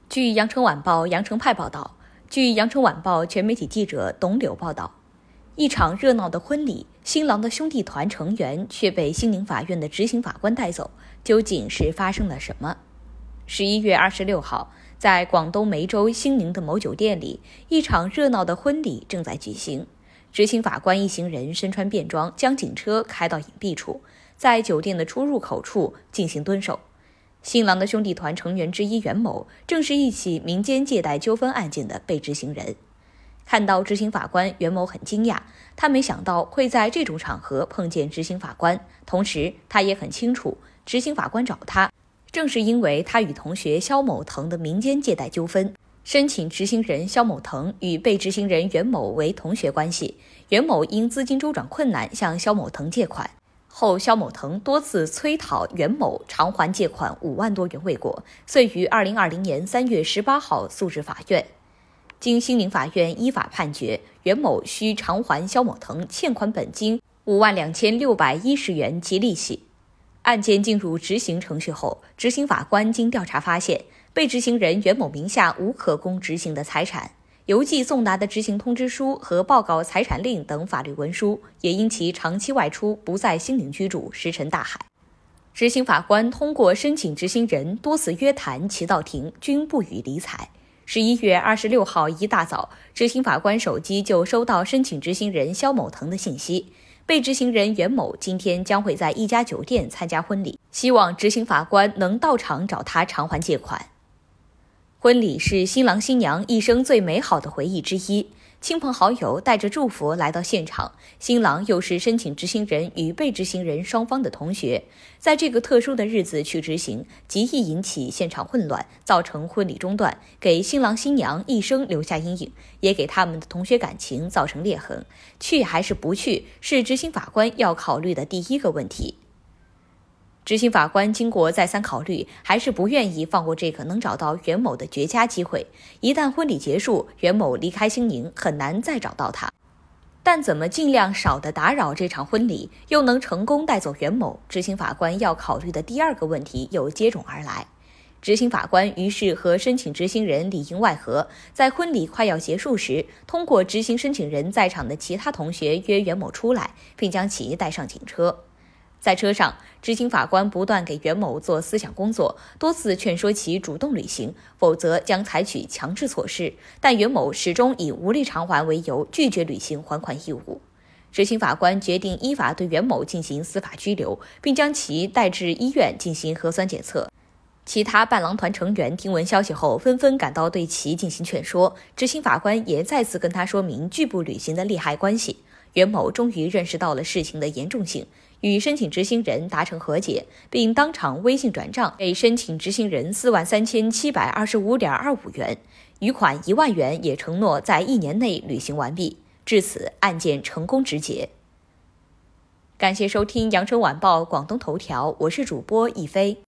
据羊城晚报羊城派报道，据羊城晚报全媒体记者董柳报道，一场热闹的婚礼，新郎的兄弟团成员却被兴宁法院的执行法官带走，究竟是发生了什么？11月26号，在广东梅州兴宁的某酒店里，一场热闹的婚礼正在举行。执行法官一行人身穿便装，将警车开到隐蔽处，在酒店的出入口处进行蹲守。新郎的兄弟团成员之一袁某，正是一起民间借贷纠纷案件的被执行人。看到执行法官，袁某很惊讶，他没想到会在这种场合碰见执行法官，同时他也很清楚，执行法官找他，正是因为他与同学肖某腾的民间借贷纠纷。申请执行人肖某腾与被执行人袁某为同学关系，袁某因资金周转困难向肖某腾借款后，肖某腾多次催讨袁某偿还借款5万多元未果，遂于2020年3月18号诉至法院。经兴宁法院依法判决，袁某需偿还肖某腾欠款本金52610元及利息。案件进入执行程序后，执行法官经调查发现，被执行人袁某名下无可供执行的财产，邮寄送达的执行通知书和报告财产令等法律文书也因其长期外出不在兴宁居住，石沉大海。执行法官通过申请执行人多次约谈齐到庭，均不予理睬。11月26号一大早，执行法官手机就收到申请执行人肖某腾的信息，被执行人袁某今天将会在一家酒店参加婚礼，希望执行法官能到场找他偿还借款。婚礼是新郎新娘一生最美好的回忆之一，亲朋好友带着祝福来到现场，新郎又是申请执行人与被执行人双方的同学，在这个特殊的日子去执行，极易引起现场混乱，造成婚礼中断，给新郎新娘一生留下阴影，也给他们的同学感情造成裂痕。去还是不去，是执行法官要考虑的第一个问题。执行法官经过再三考虑，还是不愿意放过这个能找到袁某的绝佳机会。一旦婚礼结束，袁某离开兴宁，很难再找到他。但怎么尽量少地打扰这场婚礼，又能成功带走袁某，执行法官要考虑的第二个问题又接踵而来。执行法官于是和申请执行人里应外合，在婚礼快要结束时，通过执行申请人在场的其他同学约袁某出来，并将其带上警车。在车上，执行法官不断给袁某做思想工作，多次劝说其主动履行，否则将采取强制措施，但袁某始终以无力偿还为由，拒绝履行还款义务。执行法官决定依法对袁某进行司法拘留，并将其带至医院进行核酸检测。其他伴郎团成员听闻消息后，纷纷赶到对其进行劝说，执行法官也再次跟他说明拒不履行的利害关系。袁某终于认识到了事情的严重性，与申请执行人达成和解，并当场微信转账给申请执行人43725.25元，余款1万元也承诺在1年内履行完毕。至此，案件成功止结。感谢收听羊城晚报广东头条，我是主播一飞。